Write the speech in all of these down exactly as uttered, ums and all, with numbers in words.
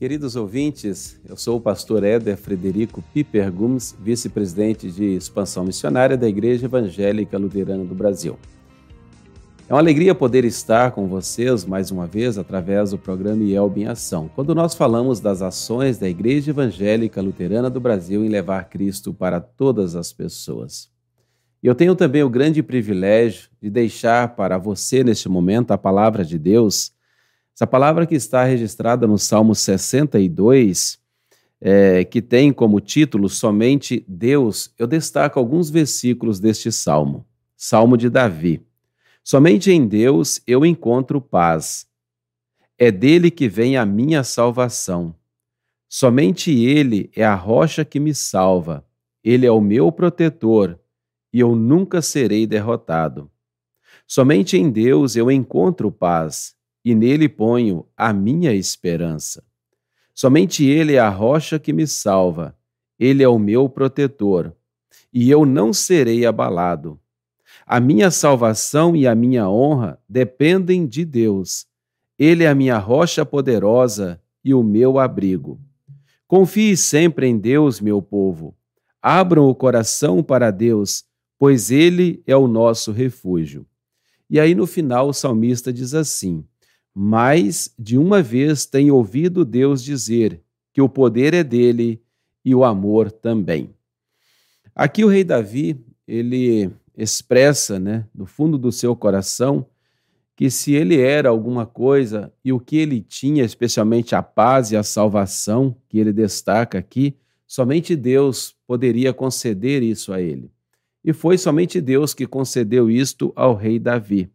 Queridos ouvintes, eu sou o pastor Éder Frederico Piper Gomes, vice-presidente de expansão missionária da Igreja Evangélica Luterana do Brasil. É uma alegria poder estar com vocês mais uma vez através do programa I E L B em Ação, quando nós falamos das ações da Igreja Evangélica Luterana do Brasil em levar Cristo para todas as pessoas. E eu tenho também o grande privilégio de deixar para você neste momento a palavra de Deus. Essa palavra que está registrada no Salmo sessenta e dois, é, que tem como título Somente Deus, eu destaco alguns versículos deste Salmo. Salmo de Davi. Somente em Deus eu encontro paz. É dele que vem a minha salvação. Somente ele é a rocha que me salva. Ele é o meu protetor e eu nunca serei derrotado. Somente em Deus eu encontro paz. E nele ponho a minha esperança. Somente ele é a rocha que me salva, ele é o meu protetor, e eu não serei abalado. A minha salvação e a minha honra dependem de Deus. Ele é a minha rocha poderosa e o meu abrigo. Confie sempre em Deus, meu povo. Abram o coração para Deus, pois ele é o nosso refúgio. E aí no final o salmista diz assim: Mas de uma vez tenho ouvido Deus dizer que o poder é dele e o amor também. Aqui o rei Davi, ele expressa, né, do fundo do seu coração, que se ele era alguma coisa e o que ele tinha, especialmente a paz e a salvação, que ele destaca aqui, somente Deus poderia conceder isso a ele. E foi somente Deus que concedeu isto ao rei Davi.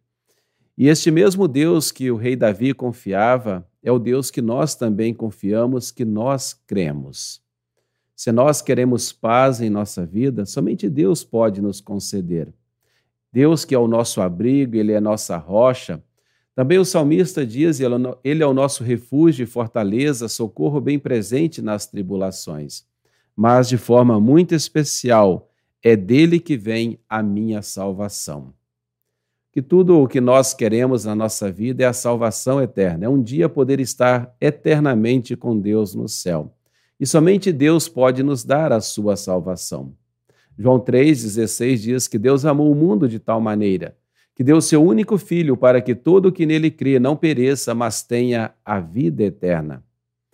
E este mesmo Deus que o rei Davi confiava é o Deus que nós também confiamos, que nós cremos. Se nós queremos paz em nossa vida, somente Deus pode nos conceder. Deus que é o nosso abrigo, Ele é a nossa rocha. Também o salmista diz, Ele é o nosso refúgio e fortaleza, socorro bem presente nas tribulações. Mas de forma muito especial, é dele que vem a minha salvação. Que tudo o que nós queremos na nossa vida é a salvação eterna, é um dia poder estar eternamente com Deus no céu. E somente Deus pode nos dar a sua salvação. João três, dezesseis diz que Deus amou o mundo de tal maneira que deu seu único Filho para que todo o que nele crê não pereça, mas tenha a vida eterna.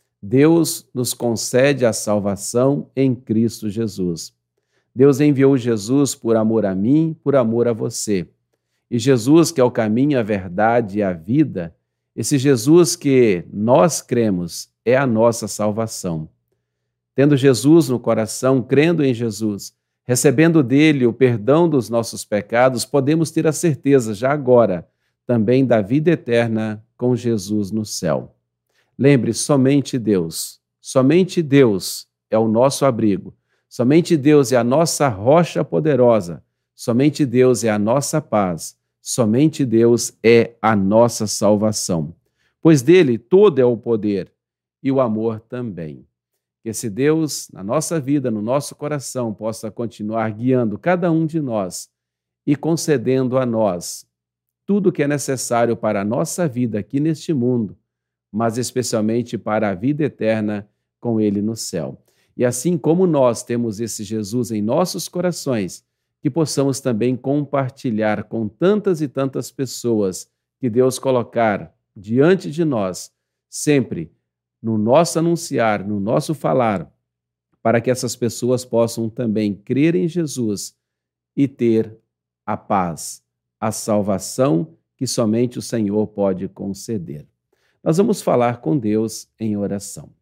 Deus nos concede a salvação em Cristo Jesus. Deus enviou Jesus por amor a mim, por amor a você. E Jesus, que é o caminho, a verdade e a vida, esse Jesus que nós cremos é a nossa salvação. Tendo Jesus no coração, crendo em Jesus, recebendo dele o perdão dos nossos pecados, podemos ter a certeza, já agora, também da vida eterna com Jesus no céu. Lembre, somente Deus, somente Deus é o nosso abrigo, somente Deus é a nossa rocha poderosa, somente Deus é a nossa paz. Somente Deus é a nossa salvação, pois dele todo é o poder e o amor também. Que esse Deus, na nossa vida, no nosso coração, possa continuar guiando cada um de nós e concedendo a nós tudo o que é necessário para a nossa vida aqui neste mundo, mas especialmente para a vida eterna com ele no céu. E assim como nós temos esse Jesus em nossos corações, que possamos também compartilhar com tantas e tantas pessoas que Deus colocar diante de nós, sempre no nosso anunciar, no nosso falar, para que essas pessoas possam também crer em Jesus e ter a paz, a salvação que somente o Senhor pode conceder. Nós vamos falar com Deus em oração.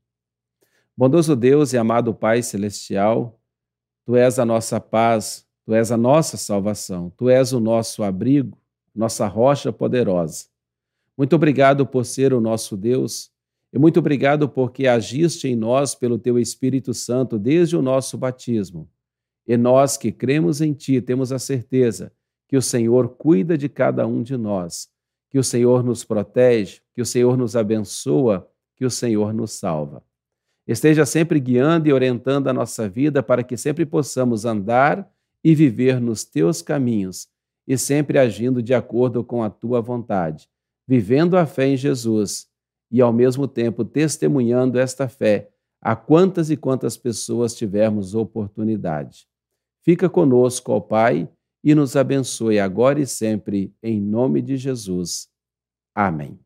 Bondoso Deus e amado Pai Celestial, Tu és a nossa paz, Tu és a nossa salvação, Tu és o nosso abrigo, nossa rocha poderosa. Muito obrigado por ser o nosso Deus e muito obrigado porque agiste em nós pelo Teu Espírito Santo desde o nosso batismo. E nós que cremos em Ti temos a certeza que o Senhor cuida de cada um de nós, que o Senhor nos protege, que o Senhor nos abençoa, que o Senhor nos salva. Esteja sempre guiando e orientando a nossa vida para que sempre possamos andar e viver nos teus caminhos e sempre agindo de acordo com a tua vontade, vivendo a fé em Jesus e, ao mesmo tempo, testemunhando esta fé a quantas e quantas pessoas tivermos oportunidade. Fica conosco, ó Pai, e nos abençoe agora e sempre, em nome de Jesus. Amém.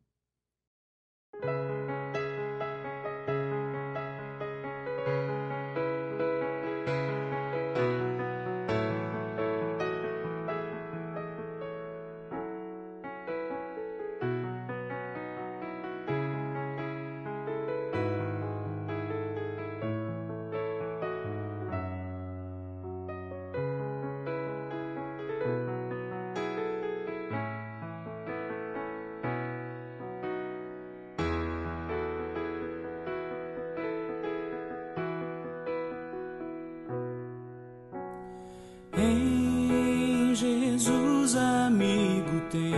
Em Jesus, amigo, temos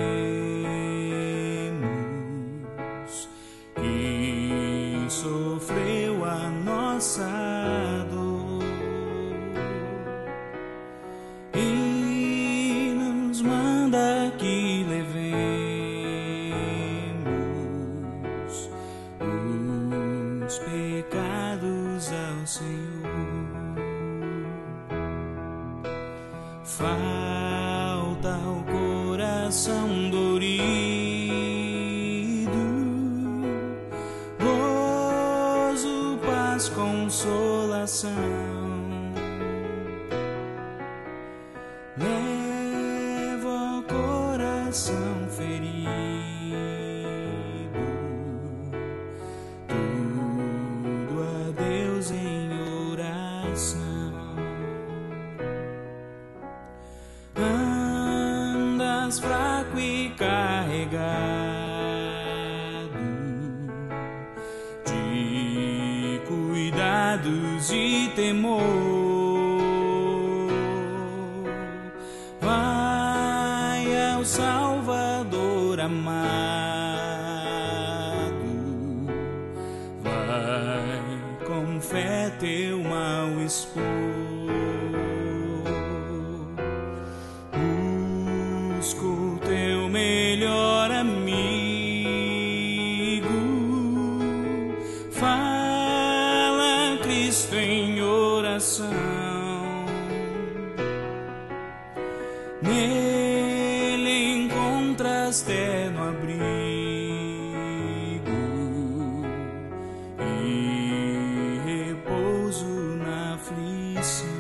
que sofreu a nossa dor e nos manda que levemos os pecados ao Senhor. Falta o coração dorido, gozo, paz, consolação. Leva o coração ferido, tudo a Deus em oração. Andas fraco e carregado de cuidados e temor, vai ao Salvador amado, vai com fé teu mal expor. Busca o teu melhor amigo, fala a Cristo em oração. Nele encontras terno abrigo e repouso na aflição.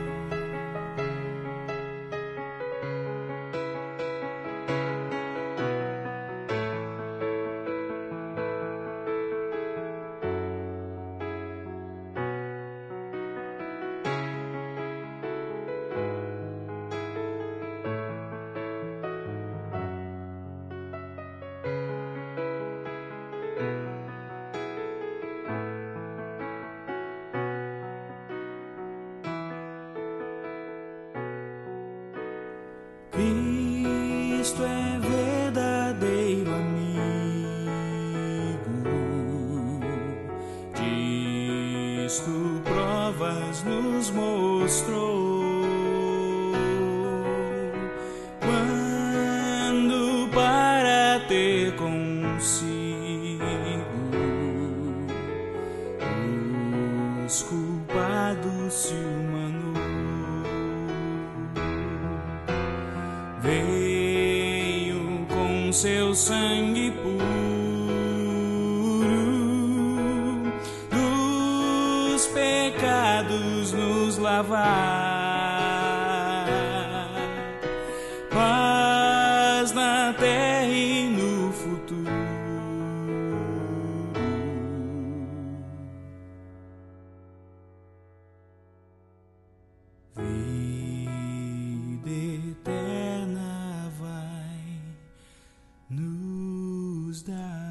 Cristo é verdadeiro amigo, disto provas nos mostrou, quando para ter consigo os culpados se humanou. Veio com seu sangue puro dos pecados nos lavar, paz na terra e no futuro. Vida eterna vai nos dar.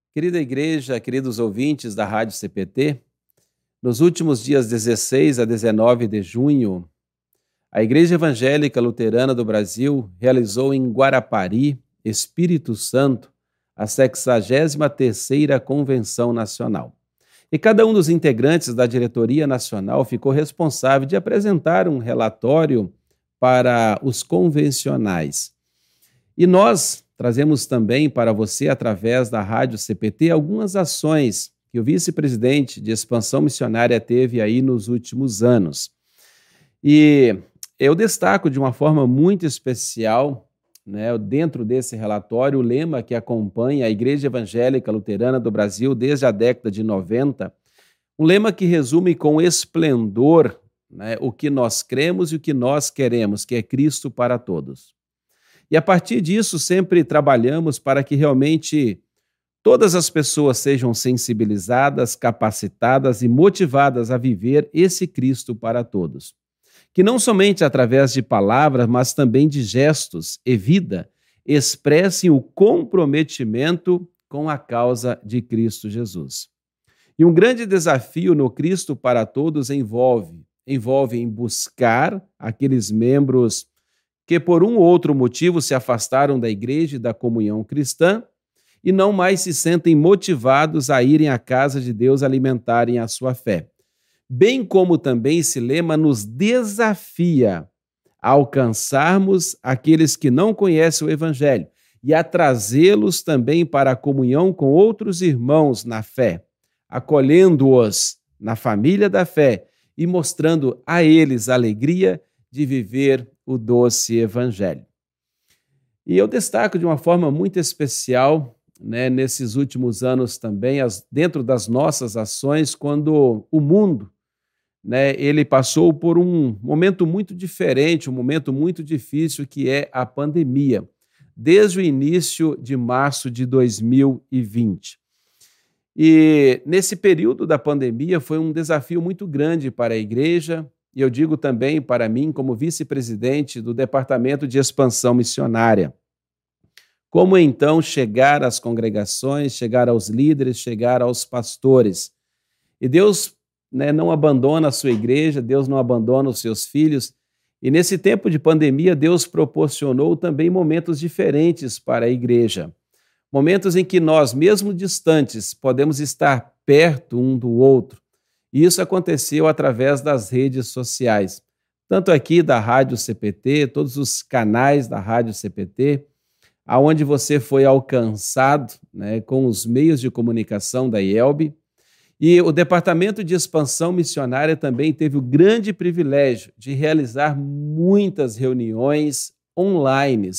Querida igreja, queridos ouvintes da Rádio C P T, nos últimos dias dezesseis a dezenove de junho, a Igreja Evangélica Luterana do Brasil realizou em Guarapari, Espírito Santo, a sexagésima terceira Convenção Nacional. E cada um dos integrantes da diretoria nacional ficou responsável de apresentar um relatório para os convencionais. E nós trazemos também para você, através da Rádio C P T, algumas ações que o vice-presidente de expansão missionária teve aí nos últimos anos. E eu destaco de uma forma muito especial, né, dentro desse relatório, o lema que acompanha a Igreja Evangélica Luterana do Brasil desde a década de noventa, um lema que resume com esplendor, né, o que nós cremos e o que nós queremos, que é Cristo para todos. E a partir disso sempre trabalhamos para que realmente todas as pessoas sejam sensibilizadas, capacitadas e motivadas a viver esse Cristo para todos. Que não somente através de palavras, mas também de gestos e vida, expressem o comprometimento com a causa de Cristo Jesus. E um grande desafio no Cristo para todos envolve, envolve em buscar aqueles membros que por um ou outro motivo se afastaram da igreja e da comunhão cristã e não mais se sentem motivados a irem à casa de Deus alimentarem a sua fé. Bem como também esse lema nos desafia a alcançarmos aqueles que não conhecem o Evangelho e a trazê-los também para a comunhão com outros irmãos na fé, acolhendo-os na família da fé e mostrando a eles a alegria de viver o doce Evangelho. E eu destaco de uma forma muito especial, né, nesses últimos anos também, as, dentro das nossas ações, quando o mundo, né, ele passou por um momento muito diferente, um momento muito difícil, que é a pandemia, desde o início de março de dois mil e vinte. E nesse período da pandemia foi um desafio muito grande para a igreja, e eu digo também para mim, como vice-presidente do Departamento de Expansão Missionária. Como então chegar às congregações, chegar aos líderes, chegar aos pastores? E Deus, né, não abandona a sua igreja, Deus não abandona os seus filhos. E nesse tempo de pandemia, Deus proporcionou também momentos diferentes para a igreja. Momentos em que nós, mesmo distantes, podemos estar perto um do outro. E isso aconteceu através das redes sociais. Tanto aqui da Rádio C P T, todos os canais da Rádio C P T, aonde você foi alcançado, né, com os meios de comunicação da I E L B. E o Departamento de Expansão Missionária também teve o grande privilégio de realizar muitas reuniões online,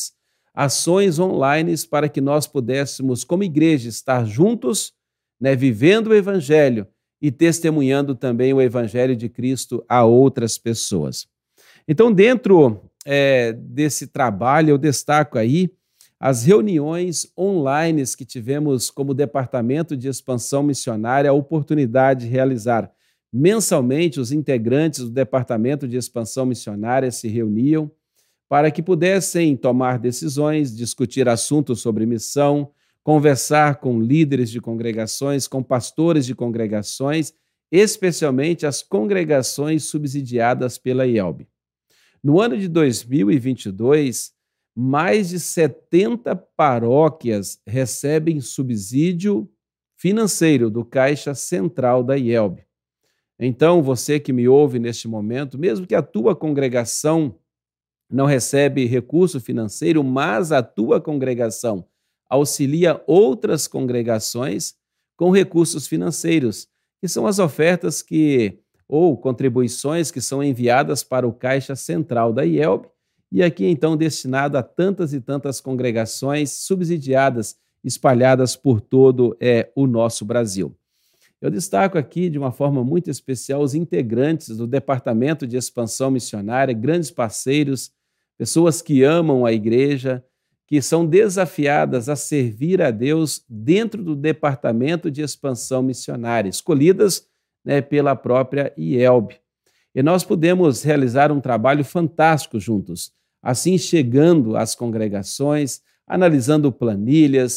ações online para que nós pudéssemos, como igreja, estar juntos, né, vivendo o Evangelho e testemunhando também o Evangelho de Cristo a outras pessoas. Então, dentro é, desse trabalho, eu destaco aí as reuniões online que tivemos como Departamento de Expansão Missionária, a oportunidade de realizar mensalmente. Os integrantes do Departamento de Expansão Missionária se reuniam para que pudessem tomar decisões, discutir assuntos sobre missão, conversar com líderes de congregações, com pastores de congregações, especialmente as congregações subsidiadas pela I E L B. No ano de dois mil e vinte e dois, mais de setenta paróquias recebem subsídio financeiro do Caixa Central da I E L B. Então, você que me ouve neste momento, mesmo que a tua congregação não recebe recurso financeiro, mas a tua congregação auxilia outras congregações com recursos financeiros, que são as ofertas que, ou contribuições que são enviadas para o Caixa Central da I E L B, e aqui então destinado a tantas e tantas congregações subsidiadas, espalhadas por todo é, o nosso Brasil. Eu destaco aqui de uma forma muito especial os integrantes do Departamento de Expansão Missionária, grandes parceiros, pessoas que amam a igreja, que são desafiadas a servir a Deus dentro do Departamento de Expansão Missionária, escolhidas, né, pela própria I E L B. E nós pudemos realizar um trabalho fantástico juntos, assim chegando às congregações, analisando planilhas,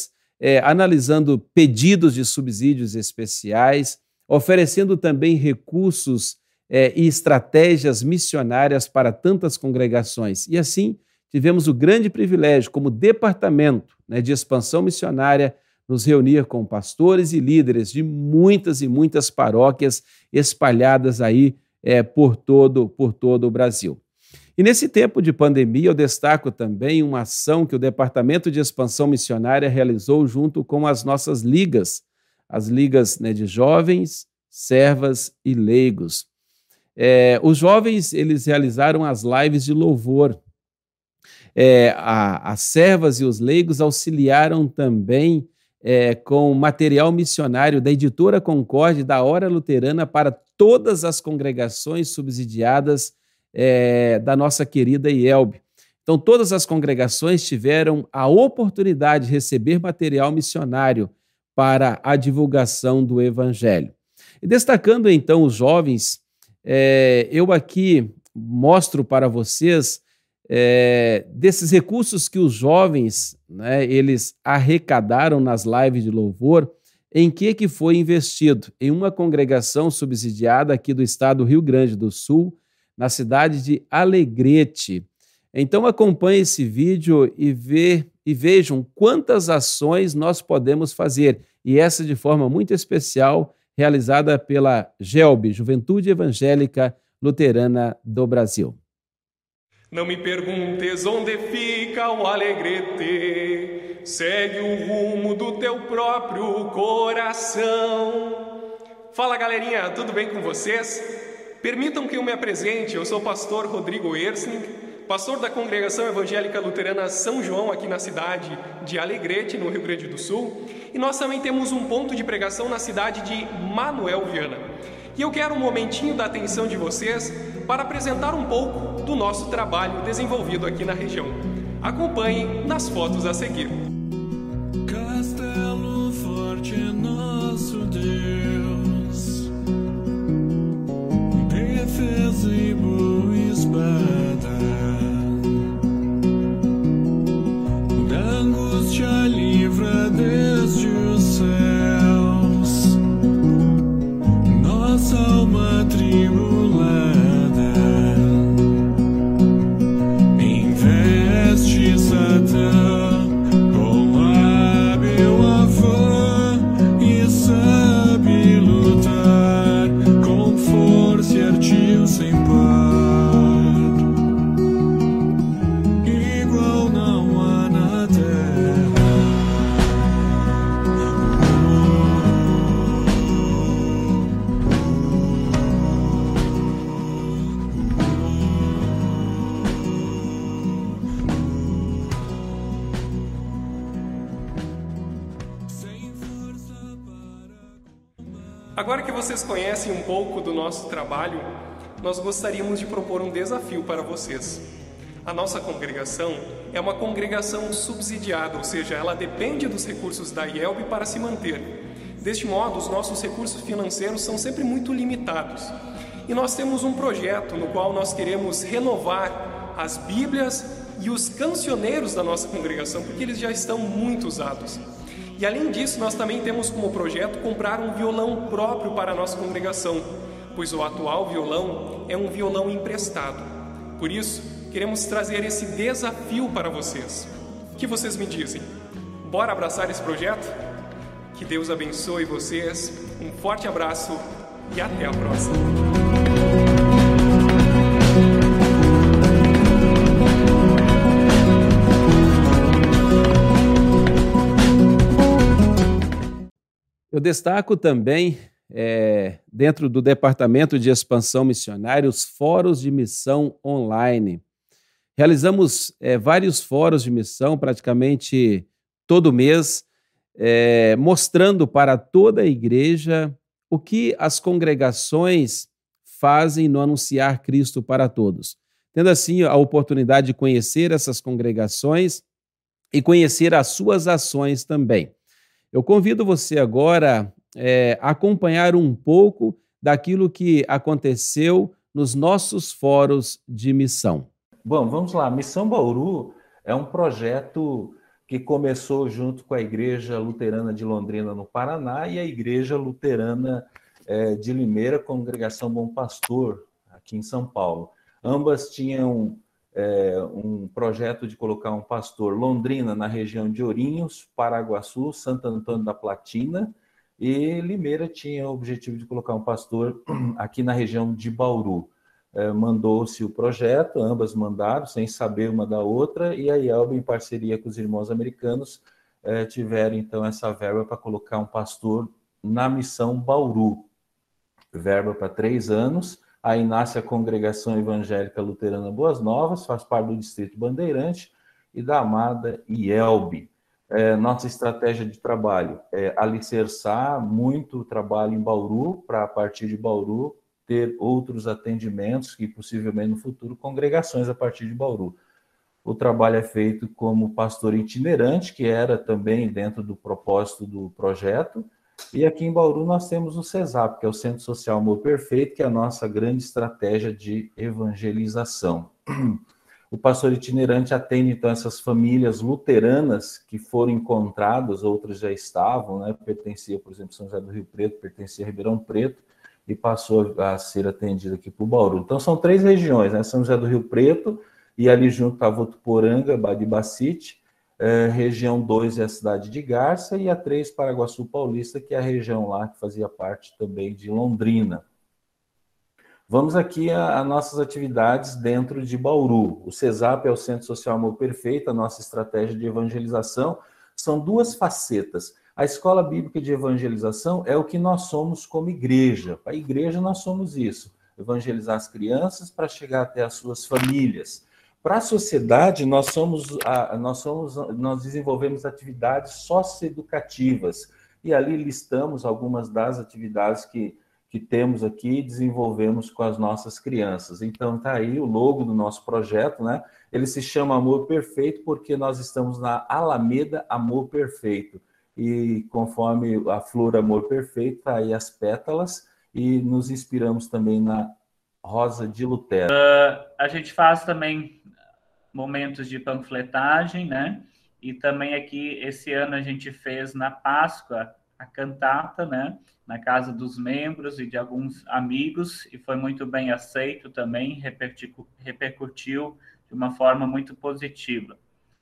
é, analisando pedidos de subsídios especiais, oferecendo também recursos é, e estratégias missionárias para tantas congregações. E assim, tivemos o grande privilégio, como departamento, né, de expansão missionária, nos reunir com pastores e líderes de muitas e muitas paróquias espalhadas aí é, por, todo, por todo o Brasil. E nesse tempo de pandemia, eu destaco também uma ação que o Departamento de Expansão Missionária realizou junto com as nossas ligas, as ligas, né, de jovens, servas e leigos. É, os jovens, eles realizaram as lives de louvor. É, a, as servas e os leigos auxiliaram também é, com material missionário da Editora Concorde e da Hora Luterana para todas as congregações subsidiadas é, da nossa querida I E L B. Então, todas as congregações tiveram a oportunidade de receber material missionário para a divulgação do Evangelho. E destacando, então, os jovens, é, eu aqui mostro para vocês É, desses recursos que os jovens, né, eles arrecadaram nas lives de louvor, em que, que foi investido? Em uma congregação subsidiada aqui do estado do Rio Grande do Sul, na cidade de Alegrete. Então acompanhe esse vídeo e, vê, e vejam quantas ações nós podemos fazer, e essa de forma muito especial, realizada pela G E L B, Juventude Evangélica Luterana do Brasil. Não me perguntes onde fica o Alegrete, segue o rumo do teu próprio coração. Fala galerinha, tudo bem com vocês? Permitam que eu me apresente, eu sou o pastor Rodrigo Ersling, pastor da Congregação Evangélica Luterana São João aqui na cidade de Alegrete, no Rio Grande do Sul, e nós também temos um ponto de pregação na cidade de Manoel Viana. E eu quero um momentinho da atenção de vocês para apresentar um pouco do nosso trabalho desenvolvido aqui na região. Acompanhem nas fotos a seguir. Castelo forte é nosso Deus, defesa e boa espada, da angústia livra desde os céus, nossa alma tribulada. Satã com hábil avô e sabe lutar com força e ardil sem par, igual não há na terra. Agora que vocês conhecem um pouco do nosso trabalho, nós gostaríamos de propor um desafio para vocês. A nossa congregação é uma congregação subsidiada, ou seja, ela depende dos recursos da I E L B para se manter. Deste modo, os nossos recursos financeiros são sempre muito limitados. E nós temos um projeto no qual nós queremos renovar as Bíblias e os cancioneiros da nossa congregação, porque eles já estão muito usados. E além disso, nós também temos como projeto comprar um violão próprio para a nossa congregação, pois o atual violão é um violão emprestado. Por isso, queremos trazer esse desafio para vocês. O que vocês me dizem? Bora abraçar esse projeto? Que Deus abençoe vocês, um forte abraço e até a próxima! Eu destaco também, é, dentro do Departamento de Expansão Missionária, os fóruns de missão online. Realizamos é, vários fóruns de missão, praticamente todo mês, é, mostrando para toda a igreja o que as congregações fazem no anunciar Cristo para todos. Tendo assim a oportunidade de conhecer essas congregações e conhecer as suas ações também. Eu convido você agora é, a acompanhar um pouco daquilo que aconteceu nos nossos fóruns de missão. Bom, vamos lá. Missão Bauru é um projeto que começou junto com a Igreja Luterana de Londrina, no Paraná, e a Igreja Luterana é, de Limeira, Congregação Bom Pastor, aqui em São Paulo. Ambas tinham é, um projeto de colocar um pastor Londrina na região de Ourinhos, Paraguaçu, Santo Antônio da Platina, e Limeira tinha o objetivo de colocar um pastor aqui na região de Bauru. É, mandou-se o projeto, ambas mandaram, sem saber uma da outra, e a I E L B, em parceria com os irmãos americanos, é, tiveram então essa verba para colocar um pastor na missão Bauru. Verba para três anos. Aí nasce a Congregação Evangélica Luterana Boas Novas, faz parte do Distrito Bandeirante e da amada I E L B. É, nossa estratégia de trabalho é alicerçar muito o trabalho em Bauru, para a partir de Bauru ter outros atendimentos e possivelmente no futuro congregações a partir de Bauru. O trabalho é feito como pastor itinerante, que era também dentro do propósito do projeto, e aqui em Bauru nós temos o CESAP, que é o Centro Social Amor Perfeito, que é a nossa grande estratégia de evangelização. O pastor itinerante atende, então, essas famílias luteranas que foram encontradas, outras já estavam, né? Pertencia, por exemplo, São José do Rio Preto, pertencia a Ribeirão Preto, e passou a ser atendida aqui por Bauru. Então, são três regiões, né? São José do Rio Preto, e ali junto está Votuporanga, Badibacite, é, região dois é a cidade de Garça, e a três, Paraguaçu Paulista, que é a região lá que fazia parte também de Londrina. Vamos aqui a, a nossas atividades dentro de Bauru. O CESAP é o Centro Social Amor Perfeito, a nossa estratégia de evangelização. São duas facetas. A Escola Bíblica de Evangelização é o que nós somos como igreja. A igreja nós somos isso, evangelizar as crianças para chegar até as suas famílias. Para a sociedade, nós somos, nós somos, nós desenvolvemos atividades socioeducativas, e ali listamos algumas das atividades que, que temos aqui e desenvolvemos com as nossas crianças. Então, está aí o logo do nosso projeto, né? Ele se chama Amor Perfeito porque nós estamos na Alameda Amor Perfeito. E conforme a flor Amor Perfeito, tá aí as pétalas, e nos inspiramos também na Rosa de Lutero. Uh, a gente faz também momentos de panfletagem, né? E também aqui, esse ano, a gente fez na Páscoa a cantata, né? Na casa dos membros e de alguns amigos, e foi muito bem aceito também, repercutiu, repercutiu de uma forma muito positiva.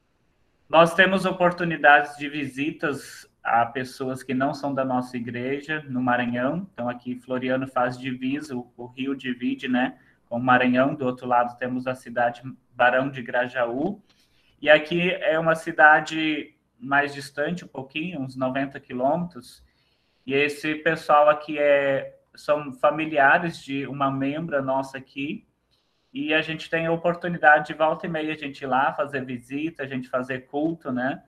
Nós temos oportunidades de visitas a pessoas que não são da nossa igreja no Maranhão. Então, aqui Floriano faz divisa, o, o Rio divide, né, com o Maranhão. Do outro lado temos a cidade Barão de Grajaú. E aqui é uma cidade mais distante um pouquinho, uns noventa quilômetros. E esse pessoal aqui é, são familiares de uma membra nossa aqui. E a gente tem a oportunidade de volta e meia a gente ir lá fazer visita, a gente fazer culto, né?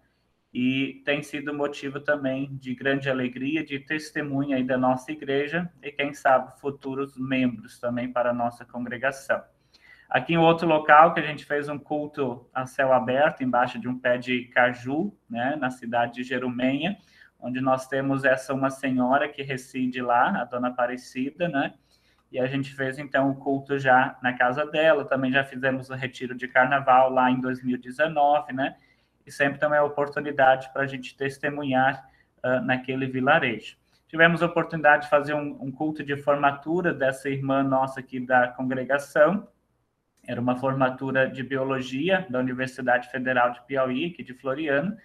E tem sido motivo também de grande alegria, de testemunha aí da nossa igreja e, quem sabe, futuros membros também para a nossa congregação. Aqui em outro local que a gente fez um culto a céu aberto, embaixo de um pé de caju, né? Na cidade de Jerumenha, onde nós temos essa uma senhora que reside lá, a dona Aparecida, né? E a gente fez, então, o culto já na casa dela. Também já fizemos o retiro de carnaval lá em dois mil e dezenove, né? E sempre também é a oportunidade para a gente testemunhar uh, naquele vilarejo. Tivemos a oportunidade de fazer um, um culto de formatura dessa irmã nossa aqui da congregação. Era uma formatura de biologia da Universidade Federal de Piauí, aqui de Floriano.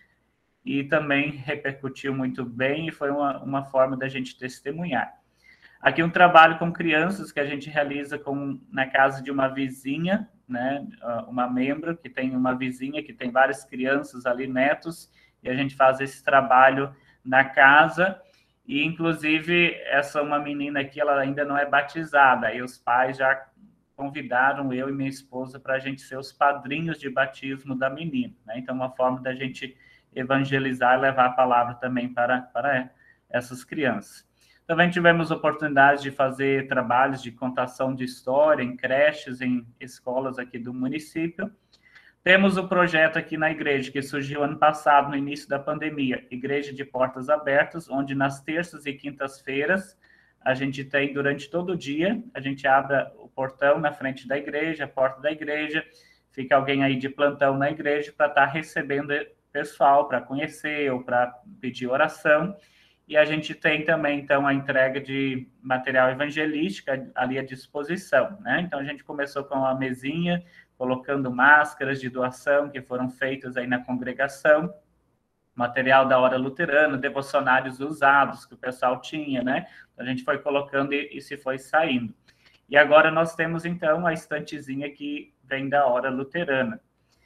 E também repercutiu muito bem e foi uma, uma forma da gente testemunhar. Aqui um trabalho com crianças que a gente realiza com, na casa de uma vizinha, né, uma membro que tem uma vizinha que tem várias crianças ali, netos, e a gente faz esse trabalho na casa, e inclusive essa uma menina aqui, ela ainda não é batizada, e os pais já convidaram eu e minha esposa para a gente ser os padrinhos de batismo da menina, né? Então uma forma da gente evangelizar e levar a palavra também para, para essas crianças. Também tivemos oportunidade de fazer trabalhos de contação de história em creches, em escolas aqui do município. Temos o projeto aqui na igreja, que surgiu ano passado, no início da pandemia, Igreja de Portas Abertas, onde nas terças e quintas-feiras, a gente tem, durante todo o dia, a gente abre o portão na frente da igreja, a porta da igreja, fica alguém aí de plantão na igreja para estar recebendo pessoal para conhecer ou para pedir oração. E a gente tem também, então, a entrega de material evangelístico ali à disposição, né? Então, a gente começou com uma mesinha, colocando máscaras de doação que foram feitas aí na congregação, material da hora luterana, devocionários usados que o pessoal tinha, né? A gente foi colocando e, e se foi saindo. E agora nós temos, então, a estantezinha que vem da hora luterana.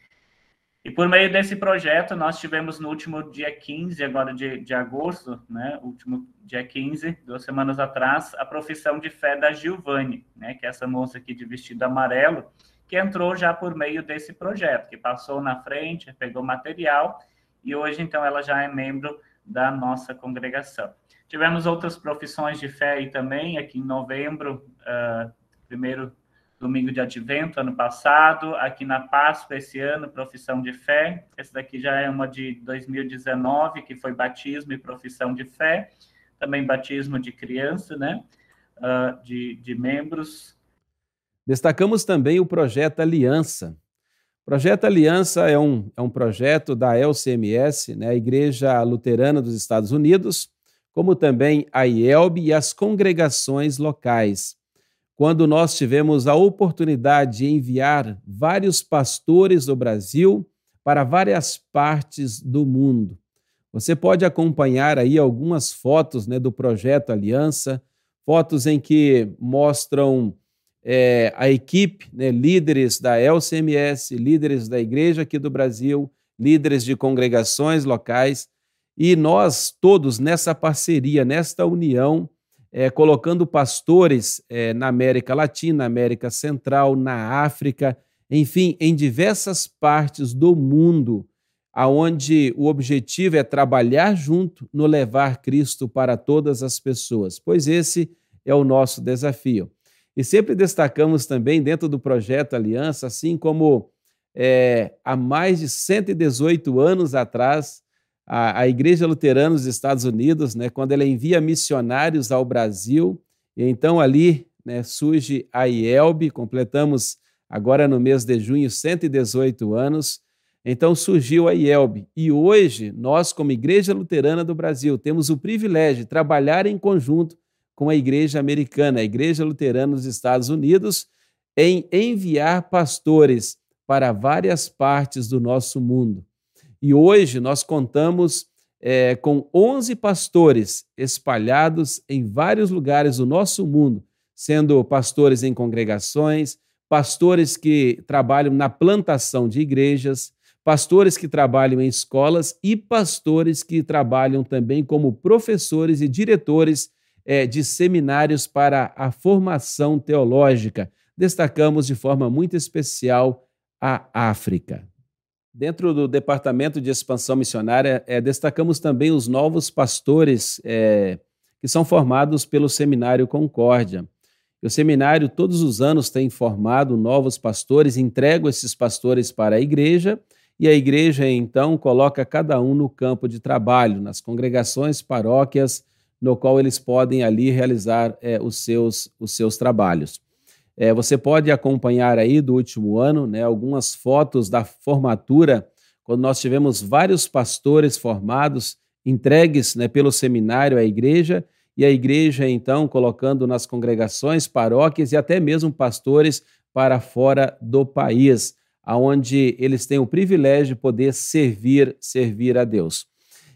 E por meio desse projeto, nós tivemos no último dia quinze, agora de, de agosto, né, último dia quinze, duas semanas atrás, a profissão de fé da Gilvane, né, que é essa moça aqui de vestido amarelo, que entrou já por meio desse projeto, que passou na frente, pegou material, e hoje, então, ela já é membro da nossa congregação. Tivemos outras profissões de fé aí também, aqui em novembro, uh, primeiro domingo de Advento, ano passado, aqui na Páscoa, esse ano, profissão de fé. Essa daqui já é uma de dois mil e dezenove, que foi batismo e profissão de fé. Também batismo de criança, né? Uh, de, de membros. Destacamos também o Projeto Aliança. O Projeto Aliança é um, é um projeto da L C M S, né? A Igreja Luterana dos Estados Unidos, como também a I E L B e as congregações locais. Quando nós tivemos a oportunidade de enviar vários pastores do Brasil para várias partes do mundo. Você pode acompanhar aí algumas fotos, né, do Projeto Aliança, fotos em que mostram é, a equipe, né, líderes da L C M S, líderes da igreja aqui do Brasil, líderes de congregações locais, e nós todos nessa parceria, nesta união, É, colocando pastores é, na América Latina, na América Central, na África, enfim, em diversas partes do mundo, aonde o objetivo é trabalhar junto no levar Cristo para todas as pessoas, pois esse é o nosso desafio. E sempre destacamos também dentro do Projeto Aliança, assim como é, há mais de cento e dezoito anos atrás, A, a Igreja Luterana dos Estados Unidos, né, quando ela envia missionários ao Brasil, e então ali, né, surge a I E L B, completamos agora no mês de junho cento e dezoito anos, então surgiu a I E L B. E hoje, nós como Igreja Luterana do Brasil, temos o privilégio de trabalhar em conjunto com a Igreja Americana, a Igreja Luterana dos Estados Unidos, em enviar pastores para várias partes do nosso mundo. E hoje nós contamos é, com onze pastores espalhados em vários lugares do nosso mundo, sendo pastores em congregações, pastores que trabalham na plantação de igrejas, pastores que trabalham em escolas e pastores que trabalham também como professores e diretores é, de seminários para a formação teológica. Destacamos de forma muito especial a África. Dentro do Departamento de Expansão Missionária, é, destacamos também os novos pastores é, que são formados pelo Seminário Concórdia. O seminário, todos os anos, tem formado novos pastores, entrega esses pastores para a igreja, e a igreja, então, coloca cada um no campo de trabalho, nas congregações, paróquias, no qual eles podem ali realizar é, os, seus, os seus trabalhos. É, você pode acompanhar aí do último ano, né, algumas fotos da formatura, quando nós tivemos vários pastores formados, entregues, né, pelo seminário à igreja, e a igreja, então, colocando nas congregações, paróquias e até mesmo pastores para fora do país, onde eles têm o privilégio de poder servir, servir a Deus.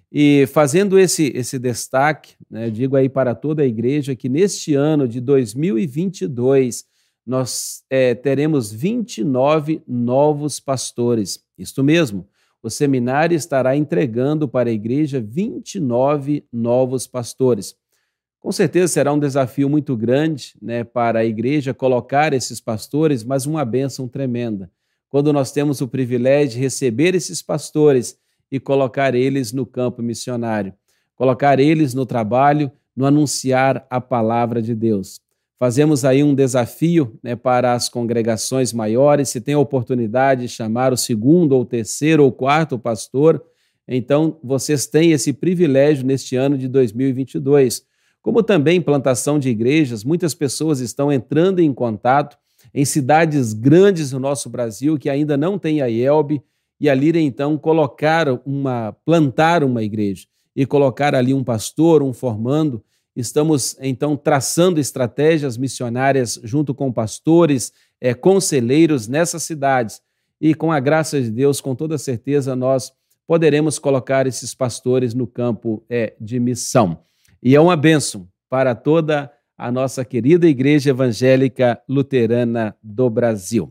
E fazendo esse, esse destaque, né, digo aí para toda a igreja que neste ano de dois mil e vinte e dois, nós é, teremos vinte e nove novos pastores. Isto mesmo, o seminário estará entregando para a igreja vinte e nove novos pastores. Com certeza será um desafio muito grande, né, para a igreja colocar esses pastores, mas uma bênção tremenda. Quando nós temos o privilégio de receber esses pastores e colocar eles no campo missionário, colocar eles no trabalho, no anunciar a palavra de Deus. Fazemos aí um desafio, né, para as congregações maiores, se tem a oportunidade de chamar o segundo, ou terceiro, ou quarto pastor, então vocês têm esse privilégio neste ano de dois mil e vinte e dois. Como também plantação de igrejas, muitas pessoas estão entrando em contato em cidades grandes do nosso Brasil que ainda não têm a I E L B, e ali então colocar uma, plantar uma igreja e colocar ali um pastor, um formando. Estamos então traçando estratégias missionárias junto com pastores, é, conselheiros nessas cidades e com a graça de Deus, com toda certeza, nós poderemos colocar esses pastores no campo é, de missão. E é uma bênção para toda a nossa querida Igreja Evangélica Luterana do Brasil.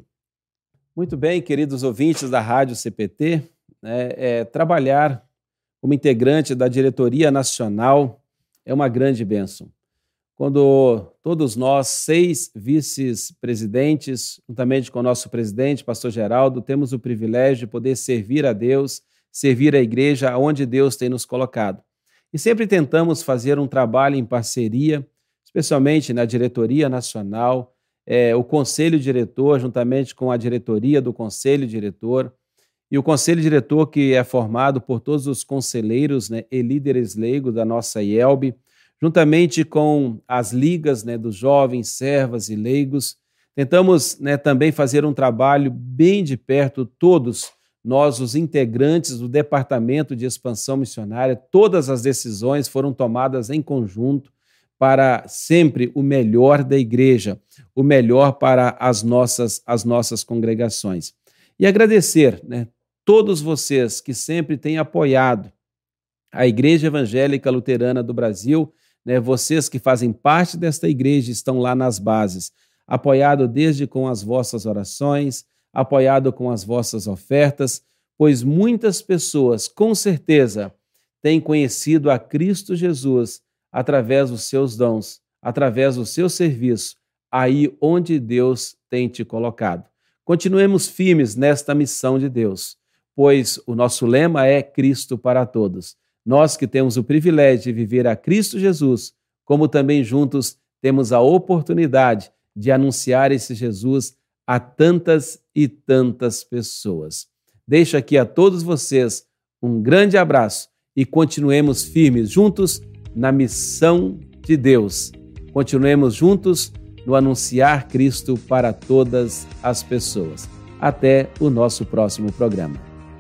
Muito bem, queridos ouvintes da Rádio C P T, né, é, trabalhar como integrante da diretoria nacional é uma grande bênção. Quando todos nós, seis vice-presidentes, juntamente com o nosso presidente, pastor Geraldo, temos o privilégio de poder servir a Deus, servir a igreja onde Deus tem nos colocado. E sempre tentamos fazer um trabalho em parceria, especialmente na diretoria nacional, é, o conselho diretor, juntamente com a diretoria do conselho diretor, e o conselho diretor que é formado por todos os conselheiros, né, e líderes leigos da nossa I E L B, juntamente com as ligas, né, dos jovens, servas e leigos. Tentamos, né, também fazer um trabalho bem de perto, todos nós, os integrantes do Departamento de Expansão Missionária, todas as decisões foram tomadas em conjunto para sempre o melhor da igreja, o melhor para as nossas, as nossas congregações. E agradecer, né, todos vocês que sempre têm apoiado a Igreja Evangélica Luterana do Brasil, né, vocês que fazem parte desta igreja, estão lá nas bases, apoiado desde com as vossas orações, apoiado com as vossas ofertas, pois muitas pessoas, com certeza, têm conhecido a Cristo Jesus através dos seus dons, através do seu serviço, aí onde Deus tem te colocado. Continuemos firmes nesta missão de Deus, pois o nosso lema é Cristo para todos. Nós que temos o privilégio de viver a Cristo Jesus, como também juntos temos a oportunidade de anunciar esse Jesus a tantas e tantas pessoas. Deixo aqui a todos vocês um grande abraço e continuemos firmes juntos na missão de Deus. Continuemos juntos no anunciar Cristo para todas as pessoas. Até o nosso próximo programa.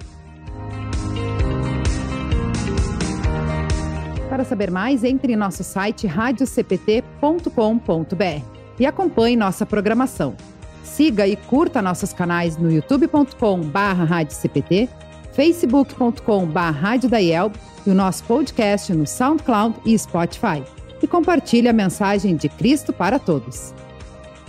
Para saber mais, entre em nosso site rádio c p t ponto com ponto b r e acompanhe nossa programação. Siga e curta nossos canais no youtube ponto com barra rádio c p t, facebook ponto com barra rádio da I E L B e o nosso podcast no SoundCloud e Spotify. E compartilhe a mensagem de Cristo para todos.